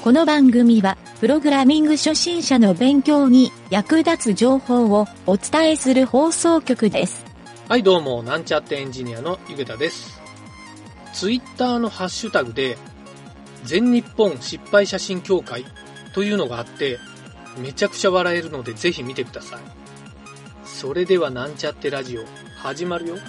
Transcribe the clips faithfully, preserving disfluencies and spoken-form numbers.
この番組は、プログラミング初心者の勉強に役立つ情報をお伝えする放送局です。 はい、どうも、なんちゃってエンジニアのゆげたです。ツイッターのハッシュタグで、全日本失敗写真協会というのがあって、めちゃくちゃ笑えるのでぜひ見てください。それではなんちゃってラジオ、始まるよ。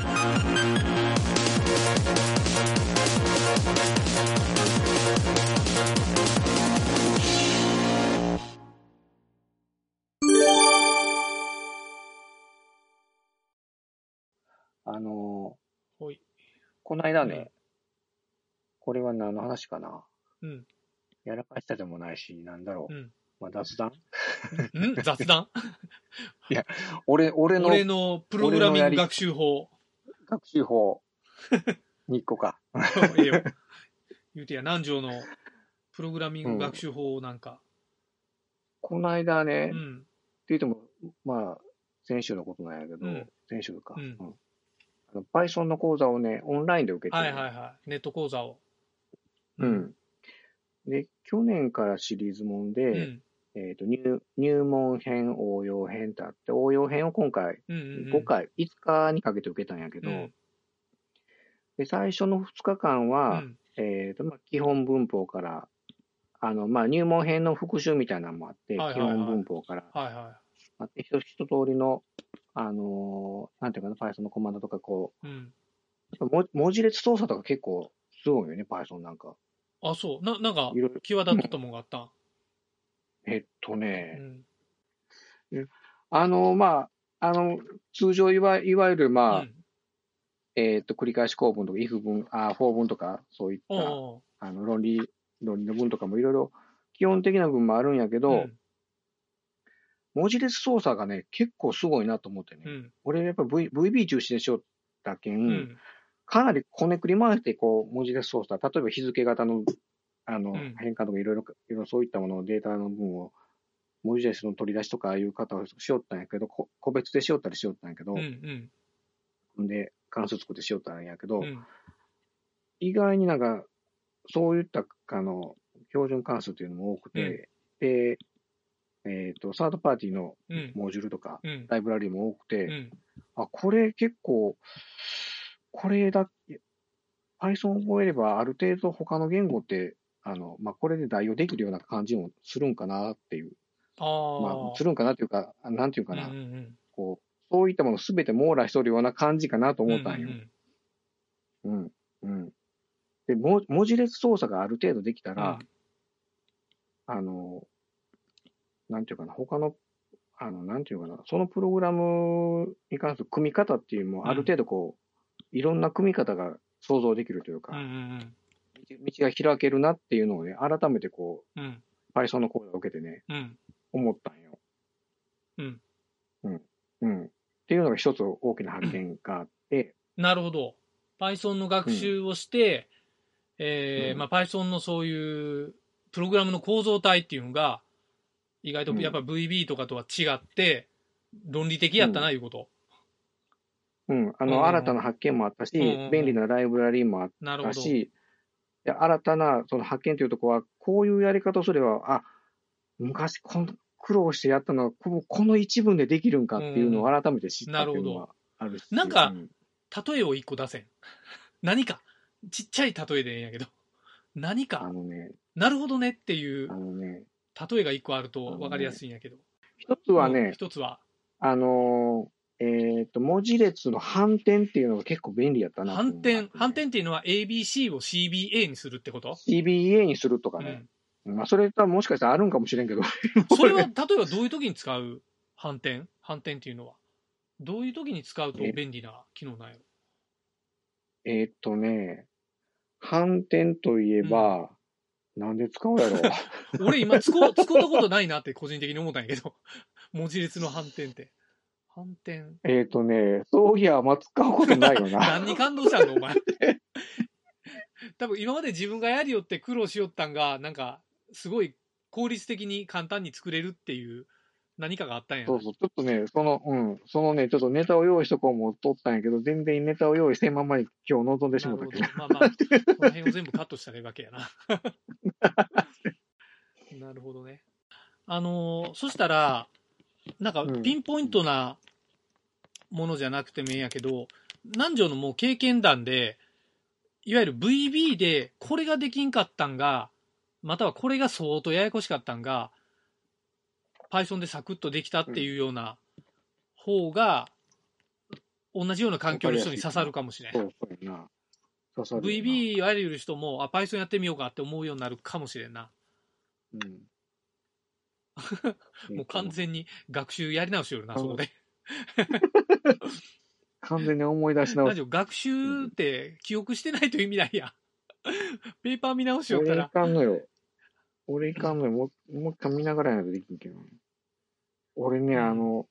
あのーほい。 この間ね、 うん、 これは何の話かな。 うん。 やらかしたでもないし、なんだろう。 うん。 まあ、雑談ん雑談いや、俺、俺の、 俺のプログラミング学習法。 学習法、にっこか。 ええよ。言うてや、南條のプログラミング学習法なんか。 この間ね、 うん。 って言っても、まあ、先週のことなんやけど、 うん、 先週か、 うん。 うん、あの Python の講座をね、オンラインで受けてる、 はいはいはい。ネット講座を。 うん。で、去年からシリーズもんで、 うん。 えっ、と入、入門編、応用編ってあって、応用編を今回、 うんうんうん、 ごかい、いつかにかけて受けたんやけど、うん、で最初のふつかかんは、うん、えっ、と、まあ、基本文法から、あの、まあ、入門編の復習みたいなのもあって、はいはいはい、基本文法から、はいはい、あって、一通りの、あのー、なんていうかな、Python のコマンドとか、こう、うん、文字列操作とか結構すごいよね、Python なんか。 あ、そう。な、なんか、際立ったもんがあった、 うん、えっとね、うん、あの、まあ、あの、通常いわ、いわゆる、まあ、うん、えっと、繰り返し構文とか、if 文、あ、for 文とか、そういった、あの、論理、論理の文とかもいろいろ、基本的な文もあるんやけど、うん、文字列操作がね、結構すごいなと思ってね。うん、俺やっぱ v、ブイビー 中心でしよったけん、うん、かなりこねくり回して、こう、文字列操作、例えば日付型の、あの、うん、変換とかいろいろ、いろいろそういったものをデータの文を、文字列の取り出しとかいう方をしよったんやけど、個別でしよったりしよったんやけど、うんうん、で、関数作ってしよったんやけど、うん、意外になんか、そういった、あの、標準関数っていうのも多くて、うん、で、えっ、ー、と、サードパーティーのモジュールとか、うん、ライブラリーも多くて、うん、あ、これ結構、これだ、Python を覚えればある程度他の言語って、あの、まあ、これで代用できるような感じもするんかなっていう。あまあ、するんかなっていうか、なんていうかな。うんうんうん、こう、そういったものすべて網羅しとるような感じかなと思ったんよ。うん、うん、うん。で、文字列操作がある程度できたら、うん、あの、なんていうかな、他の、あの、なんていうかな、そのプログラムに関する組み方っていうのもある程度こう、うん、いろんな組み方が想像できるというか、うんうんうん、道が開けるなっていうのをね、改めてこう、うん、Python の講座を受けてね、うん、思ったんよ。うん。うん。うん。っていうのが一つ大きな発見があって。 なるほど。Python の学習をして、うん、えー、まあ Python のそういうプログラムの構造体っていうのが、意外とやっぱ ブイビー とかとは違って、論理的やったな、いうこと。 うん。あの、うん、新たな発見もあったし、うんうんうん、便利なライブラリーもあったし、で新たなその発見というところは、こういうやり方をすれば、あ、昔この苦労してやったのは、この一文でできるんかっていうのを改めて知ったっていうのはあるし。 うん、なんか、うん、例えを一個出せん。何か、ちっちゃい例えでいいんやけど、何か、 あのね、 なるほどねっていう、 あのね、 例えが一個あると分かりやすいんやけど。 一つはね、 一つは、 あのー、えっ、ー、と、文字列の反転っていうのが結構便利やったなって、ね。 反転、反転っていうのは エービーシー を シービーエー にするってこと？ シービーエー にするとかね。うん、まあ、それとはもしかしたらあるんかもしれんけど。 それは、例えばどういう時に使う反転反転っていうのは。どういう時に使うと便利な機能なんやろ？ えー、っとね、反転といえば、うん、なんで使うやろ俺今使う、使ったことないなって個人的に思ったんやけど。文字列の反転って。反転。 えー、っとね、そういや、まあ、使うことないよな。 何に感動したんのお前。多分今まで自分がやりよって苦労しよったんが、なんか、すごい効率的に簡単に作れるっていう何かがあったんや。 そうそう、ちょっとね、その、うん、そのね、ちょっとネタを用意しとこうもとったんやけど、全然ネタを用意してんままに今日臨んでしまったけど。 なるほど。まあまあ、この辺を全部カットしたらいいわけやな。 なるほどね。あのー、そしたら、なんかピンポイントなものじゃなくてもいいんやけど、南條のもう経験談で、いわゆる ブイビー でこれができんかったんが、またはこれが相当ややこしかったんが、Python でサクッとできたっていうような方が、同じような環境の人に刺さるかもしれん。 そうそうやな。刺さるよな。 ブイビー やれる人も、あ、Python やってみようかって思うようになるかもしれんな。 うん。 もう完全に学習やり直しよるな、そこで。 完全に思い出し直す。 学習って記憶してないと意味ないやん。ペーパー見直しよったら。 俺いかんのよ。俺いかんのよ。もう、もう一回見ながらやないとできんけど。俺ね、うん、あの、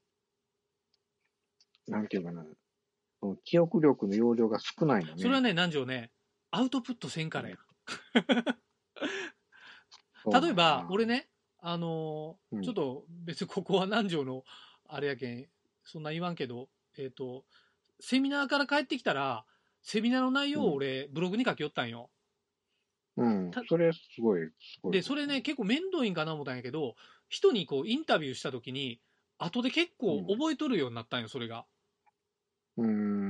なんていうかな。記憶力の容量が少ないのね。 それはね、南條ね、アウトプットせんからや。例えば、俺ね、あのーうん、ちょっと別にここは南條のあれやけん、そんな言わんけど、えっと、セミナーから帰ってきたら、セミナーの内容を俺、ブログに書きよったんよ。 うん。それすごい、すごい。 で、それね、結構面倒いんかな思ったんやけど、人にこう、インタビューしたときに、後で結構覚えとるようになったんよ、それが。 うん。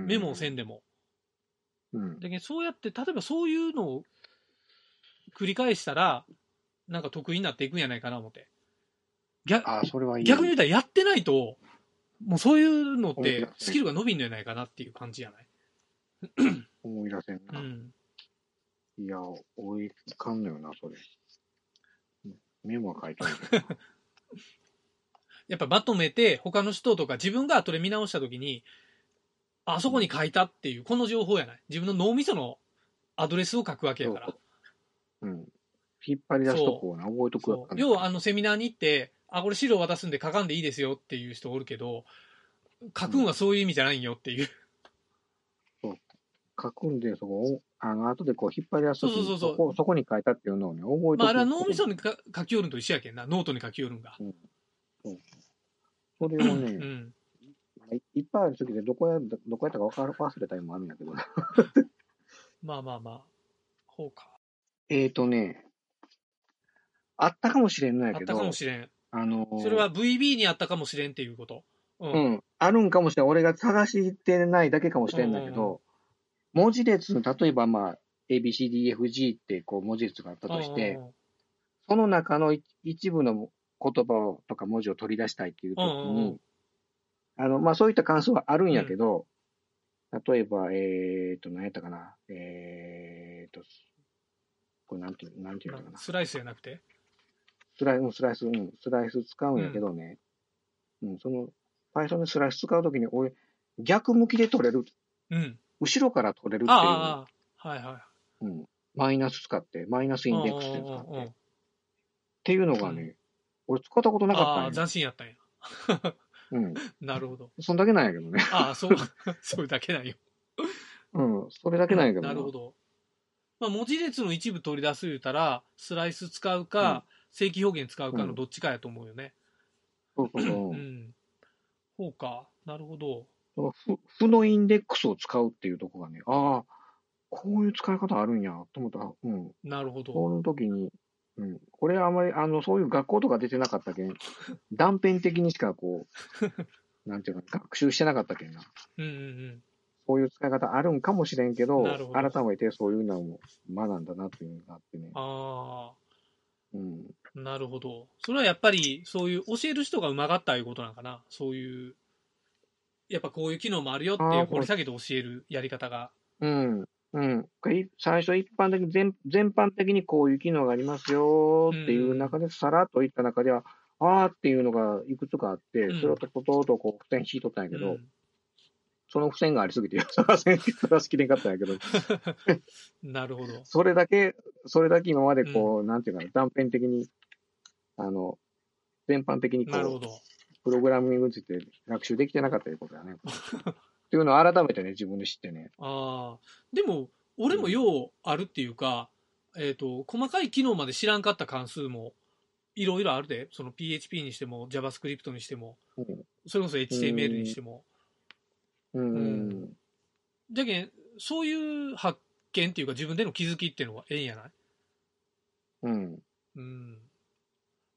メモをせんでも。うん。だけど、そうやって、例えばそういうのを繰り返したら、なんか得意になっていくんやないかな思って。逆あ、それはいい。 逆に言ったらやってないと、もうそういうのってスキルが伸びんのやないかなっていう感じやない。 思い出せんな。うん、いや、追いつかんのよな、それ。メモは書いてる。 やっぱまとめて、他の人とか自分が後で見直したときに、あそこに書いたっていう、この情報やない。自分の脳みそのアドレスを書くわけやから。 そうそう、うん。引っ張り出しとこうな、覚えとくわ。 要はあのセミナーに行って、あ、これ資料渡すんで書かんでいいですよっていう人おるけど、書くんはそういう意味じゃないんよっていう。 うん、そう。書くんで、そこを、あの、後でこう引っ張り出すときに、 そうそうそうそこ、そこに書いたっていうのをね、覚えとく。 まあ、あれは脳みそにか書き寄るんと一緒やけんな、ノートに書き寄るんが。うん。 そう。それをね、うん、いっぱいあるときでどこや、どこやったか分か忘れたりもあるんやけど。 まあまあまあ、ほうか。 えーとね、あったかもしれんのやけど。 あったかもしれん。 あのー、 それは ブイビー にあったかもしれんっていうこと。 うん。うん、あるんかもしれん。俺が探してないだけかもしれんだけど、うんうんうん、文字列、例えばまあ、エービーシーディーエフジー ってこう文字列があったとして、うんうん、その中の一部の言葉とか文字を取り出したいっていうときに、うんうんうん、あの、まあそういった関数はあるんやけど、うん、例えば、えーと、何やったかな、えーと、これなんていう、なんていうのかな。 スライスじゃなくてスライス、スライス、うん、スライス使うんやけどね、うん、うん、その、Python でスライス使うときに、俺、逆向きで取れる。 うん。 後ろから取れるっていう。 ああ、はいはい。 うん。マイナス使って、マイナスインデックスで使って。っていうのがね、うん、俺使ったことなかったんや。 ああ、斬新やったんや。うん。なるほど。 そんだけなんやけどね。 ああ、そう、それだけなんよ。 うん、それだけなんやけど、 うん、なるほど。まあ、文字列の一部取り出す言うたら、スライス使うか、うん、正規表現使うかのどっちかやと思うよね。 うん、そうそうそう。 うん。ほうか。なるほど。 負のインデックスを使うっていうところがね、ああ、こういう使い方あるんや、と思ったら、うん。 なるほど。 その時に、うん。これあんまり、あの、そういう学校とか出てなかったけん、断片的にしかこう、なんていうか、学習してなかったけんな。 うんうんうん。 そういう使い方あるんかもしれんけど、ど改めてそういうのを学んだなっていうのがあってね。 ああ。 うん。 なるほど。それはやっぱり、そういう教える人がうまかったいうことなのかな。そういう、やっぱこういう機能もあるよっていう掘り下げて教えるやり方が。 うん。うん。最初一般的に全、全般的にこういう機能がありますよっていう中で、さらっといった中では、うん、あーっていうのがいくつかあって、うん、それをとこととこう付箋引いとったんやけど、うん、その付箋がありすぎて、探しきれんかったんやけど。 なるほど。 それだけ、それだけ今までこう、うん、なんていうかな、断片的に、あの、全般的にこう、 なるほど。 プログラミングについて学習できてなかったということだね。っていうのを改めてね、自分で知ってね。 ああ。でも、俺もようあるっていうか、うん、えっと、細かい機能まで知らんかった関数も、いろいろあるで。その ピーエイチピー にしても、JavaScript にしても、うん、それこそ エイチティーエムエル にしても。 うん。うん。 じゃけん、そういう発見っていうか、自分での気づきっていうのはええんやない？ うん。 うん。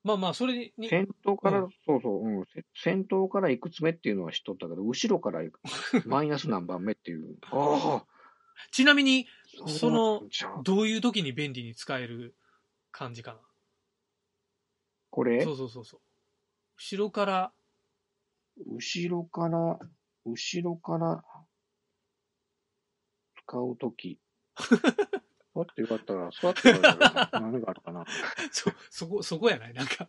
まあまあ、それに。 先頭から、 うん、 そうそう、うん、先頭からいくつ目っていうのは知っとったけど、後ろからマイナス何番目っていう。ああ。 ちなみに、 そその、どういう時に便利に使える感じかな。 これそうそうそうそう。後ろから。 後ろから、後ろから使うとき。座ってよかったら、座ってよかったら何があるかな。 そ、そこ、そこやないなんか。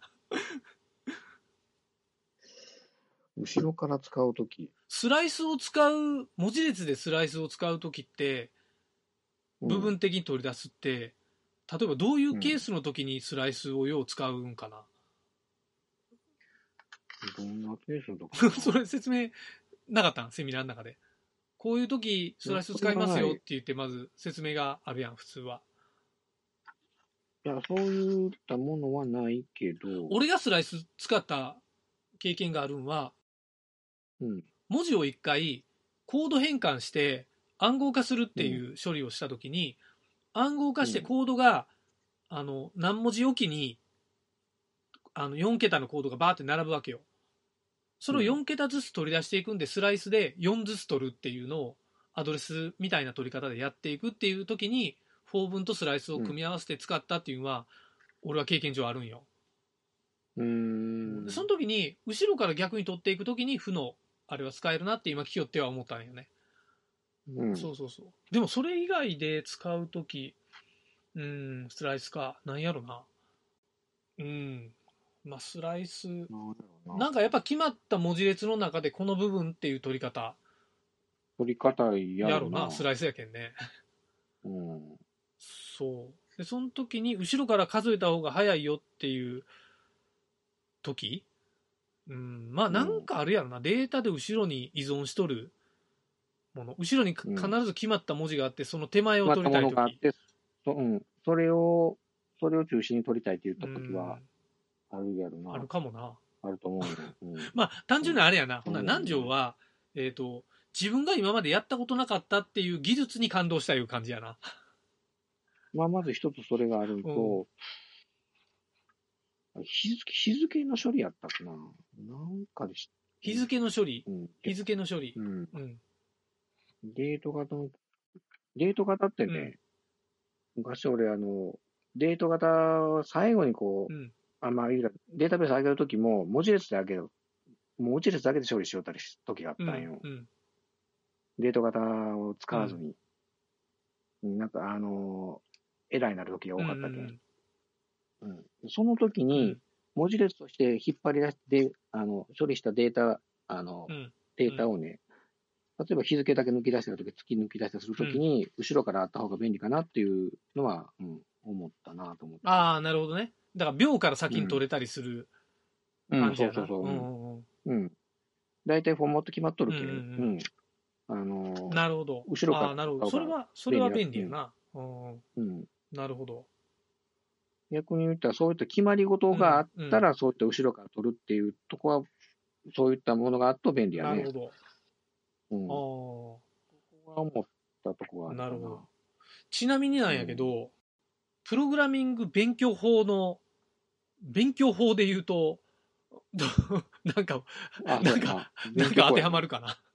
後ろから使うとき。 スライスを使う、文字列でスライスを使うときって、部分的に取り出すって、うん、例えばどういうケースの時にスライスをよう使うんかな。 どんなケースの時かな。 それ説明なかったんセミナーの中で。こういう時スライス使いますよって言ってまず説明があるやん、普通は。 いや、そういったものはないけど。 俺がスライス使った経験があるんは、 うん、 文字を一回コード変換して暗号化するっていう処理をしたときに、うん、暗号化してコードが、うん、あの何文字おきにあのよん桁のコードがバーって並ぶわけよ。それをよん桁ずつ取り出していくんで、スライスでよんずつ取るっていうのをアドレスみたいな取り方でやっていくっていう時にフォー分とスライスを組み合わせて使ったっていうのは、うん、俺は経験上あるんよ。 うーん。 その時に後ろから逆に取っていく時に負のあれは使えるなって今聞きよっては思ったんよね。うん、そうそうそう。でもそれ以外で使う時、うん、スライスか、なんやろな。うん。まあ、スライス。なんかやっぱ決まった文字列の中でこの部分っていう取り方。 取り方やろな。 やろな、スライスやけんね。 うん。 そう。で、その時に後ろから数えた方が早いよっていう時、うん、まあなんかあるやろな。データで後ろに依存しとるもの。後ろに必ず決まった文字があって、その手前を取りたい時。決まったものがあって、 そ、うん、それを、それを中心に取りたいって言った時は、あるやろな。 あるかもな。 あると思うよ。うん、 まあ単純にあれやな。ほんなら南條は、えっと、自分が今までやったことなかったっていう技術に感動したいう感じやな。 まあまず一つそれがあると、うん、日付、日付の処理やったかな。なんかでし日付の処理、うん、日付の処理。うんうん、デート型の、デート型ってね、うん、昔俺あの、デート型を最後にこう、うん、あまあ、データベース上げるときも、文字列で上げる、文字列だけで処理しよったりするときがあったんよ。うんうん、デート型を使わずに。うん、なんかあのー、エラーになるときが多かったけん。うんうん、その時に、文字列として引っ張り出して、あの、処理したデータ、あの、うん、データをね、例えば日付だけ抜き出してるとき、月抜き出してするときに、うん、後ろからあった方が便利かなっていうのは、うん、思ったなと思って。 ああ、なるほどね。だから秒から先に取れたりする感じやな。 うん、そうそうそう。うん。うん。大体フォーマット決まっとるけ、うん、うん。あのー、 なるほど。 後ろから。 ああ、なるほど。それは、それは便利やな。うん。うん、なるほど。 逆に言ったら、そういった決まり事があったら、そういった後ろから取るっていうとこは、そういったものがあると便利やね。 なるほど。 うん。ああ。ここは思ったとこがあるかな。なるほど。 ちなみになんやけど、うん、プログラミング勉強法の、勉強法で言うと、なんか、なんか、なんか当てはまるかな。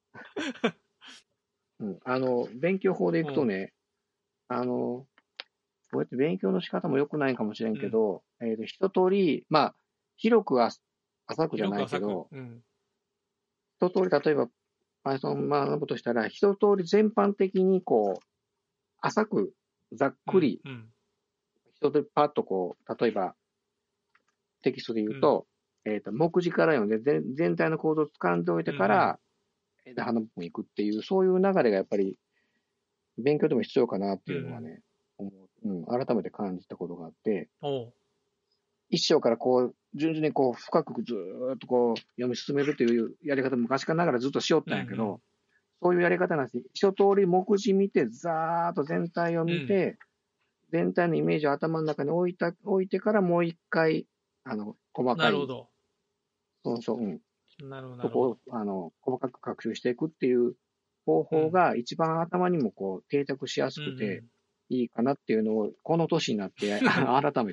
うん。あの、勉強法でいくとね、うん、あの、こうやって勉強の仕方も良くないかもしれんけど、うん、えっと、一通り、まあ、広くは浅くじゃないけど、うん、一通り、例えば、Python 学ぶとしたら、一通り全般的にこう、浅く、ざっくり、うんうん、一通りパッとこう、例えば、テキストで言うと、うん、えっと、目次から読んで全、全体の構造を掴んでおいてから、枝葉の部分行くっていう、そういう流れがやっぱり、勉強でも必要かなっていうのはね、うんうん、改めて感じたことがあって、一章からこう、順々にこう、深くずーっとこう、読み進めるというやり方も昔からながらずっとしよったんやけど、うんうん、そういうやり方なんです。一通り目次見て、ざーっと全体を見て、うん、全体のイメージを頭の中に置いた、置いてからもう一回、あの、細かい。 なるほど。 そうそう、うん。 なるほど。 そこを、あの、細かく学習していくっていう方法が一番頭にもこう、定着しやすくていいかなっていうのを、この年になって改めて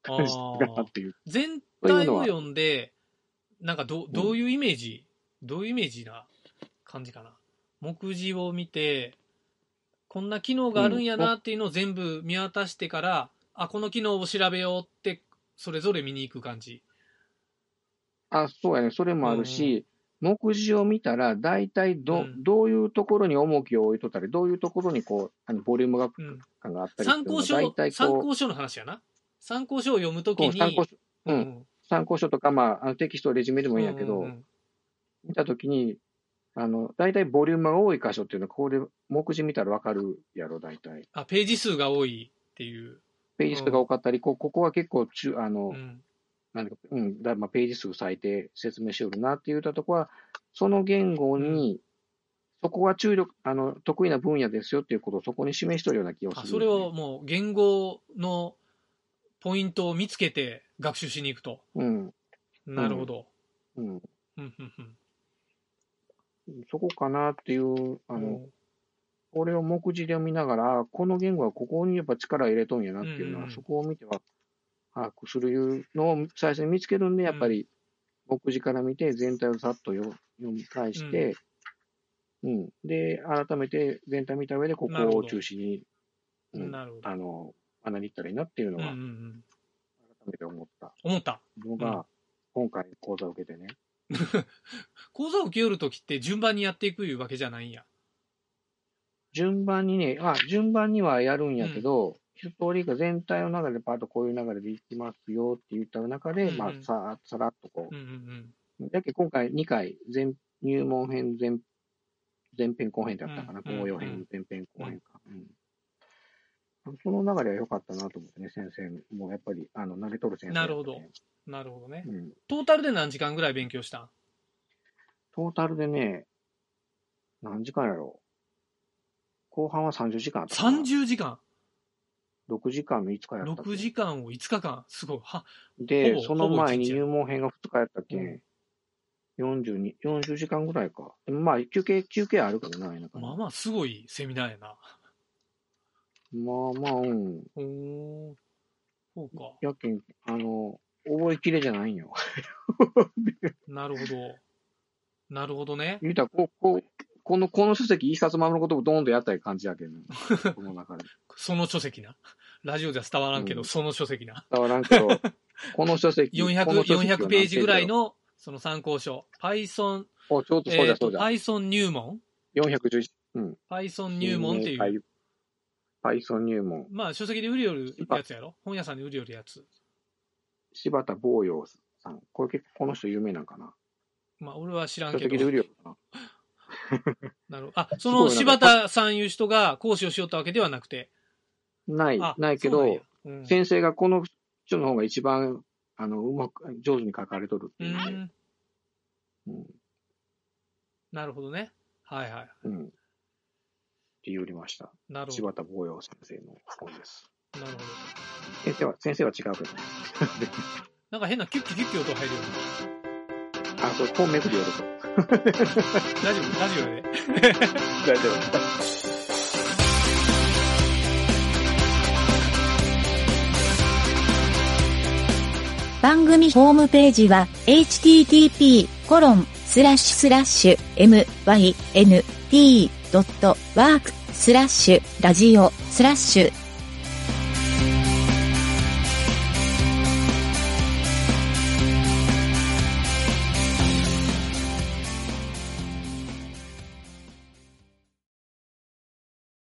感じかなっていう。 全体を読んで、なんかど、どういうイメージ、うん、どういうイメージな感じかな。目次を見て、こんな機能があるんやなっていうのを全部見渡してから、うん、あ、この機能を調べようって、それぞれ見に行く感じ。 あ、そうやね。それもあるし、うん、目次を見たら、大体ど、うん、どういうところに重きを置いとったり、どういうところにこう、あのボリュームが、感があったり参考書、参考書の話やな。参考書を読むときに、 参考書、うん、うん、参考書とか、まあ、あのテキスト、レジュメでもいいんやけど、うんうんうん、見たときに、あの、大体ボリュームが多い箇所っていうのは、これ、目次見たらわかるやろ、大体。 あ、ページ数が多いっていう。 ページ数が多かったり、うん、こここは結構中、あの、うん、なんか、うん、だまあ、ページ数割いて説明しよるなって言ったとこは、その言語に、うん、そこは注力、あの、得意な分野ですよっていうことをそこに示しとるような気がする、ね。 それをもう言語のポイントを見つけて学習しに行くと。 うん。 なるほど。 うん。 うん。 そこかなっていう、あの、うん、これを目次で見ながら、この言語はここにやっぱ力入れとんやなっていうのは、うんうん、そこを見ては把握するのを最初に見つけるんで、やっぱり目次から見て全体をさっと読み返して、うん、うん。で、改めて全体見た上でここを中心に、うん、あの、学んでいったらいいなっていうのは、改めて思った。 思ったのが、今回講座を受けてね。 講座を受けよるときって順番にやっていくいうわけじゃないんや。 順番にね、あ、順番にはやるんやけど、うん、一通りが全体の中でパーッとこういう流れでいきますよって言った中で、うんうん、まあ、さ、さらっとこう。うんうんうん、だけど今回にかい、前、入門編、前、前編後編だったかな。うんうんうん、応用編、前編後編か。うんうん、その流れは良かったなと思ってね、先生もやっぱり、あの、慣れとる先生、ね。 なるほど。なるほどね、うん。トータルで何時間ぐらい勉強したん？ トータルでね、何時間やろう。後半はさんじゅうじかんあったかな。 さんじゅうじかん ? ろくじかんのいつかやったっけ。 ろくじかんをいつかかん。すごい。はで、その前に入門編がふつかやったっけ、うん、よんじゅうに、よんじゅうじかんぐらいか。でもまあ、休憩、休憩あるからな。 まあまあ、すごいセミナーやな。 まあまあ、うん。 おー。そうか。 やけん、あの、覚えきれじゃないんよ。 なるほど。なるほどね。 言うたら、こう、こう、この、この書籍、一冊まのことをドーンとやったり感じやけど、ね、この中で。 その書籍な。ラジオでは伝わらんけど、うん、その書籍な。 伝わらんけど、この書籍。 よんひゃく、よんひゃくページぐらいの、その参考書。Python、 お、ちょうどそうだそうだ。 Python 入門 ? よんひゃくじゅういち、うん。 Python 入門っていう。 Python 入門。 まあ、書籍で売りよるやつやろ？本屋さんで売りよるやつ。 柴田坊陽さん。これ結構この人有名なんかな。 まあ、俺は知らんけど。 書籍で売りよるかな。 なるほど。あ、その柴田さんいう人が講師をしよったわけではなくて。 ない、ないけど、うん、先生がこの人の方が一番、あの、うまく、上手に書かれとるっていうので。うんうん、 なるほどね。はいはい。 うん。って言いました。 なるほど。 柴田坊陽先生の本です。 なるほど。 先生は、先生は違うけどね。 なんか変なキュッキュキュッキュ音入るよね。 あ、そう、本めくりよると。 大丈夫、ラジオで。 大丈夫。 番組ホームページは エイチティーティーピーコロンスラッシュスラッシュエムワイエヌティードットワークスラッシュラジオスラッシュ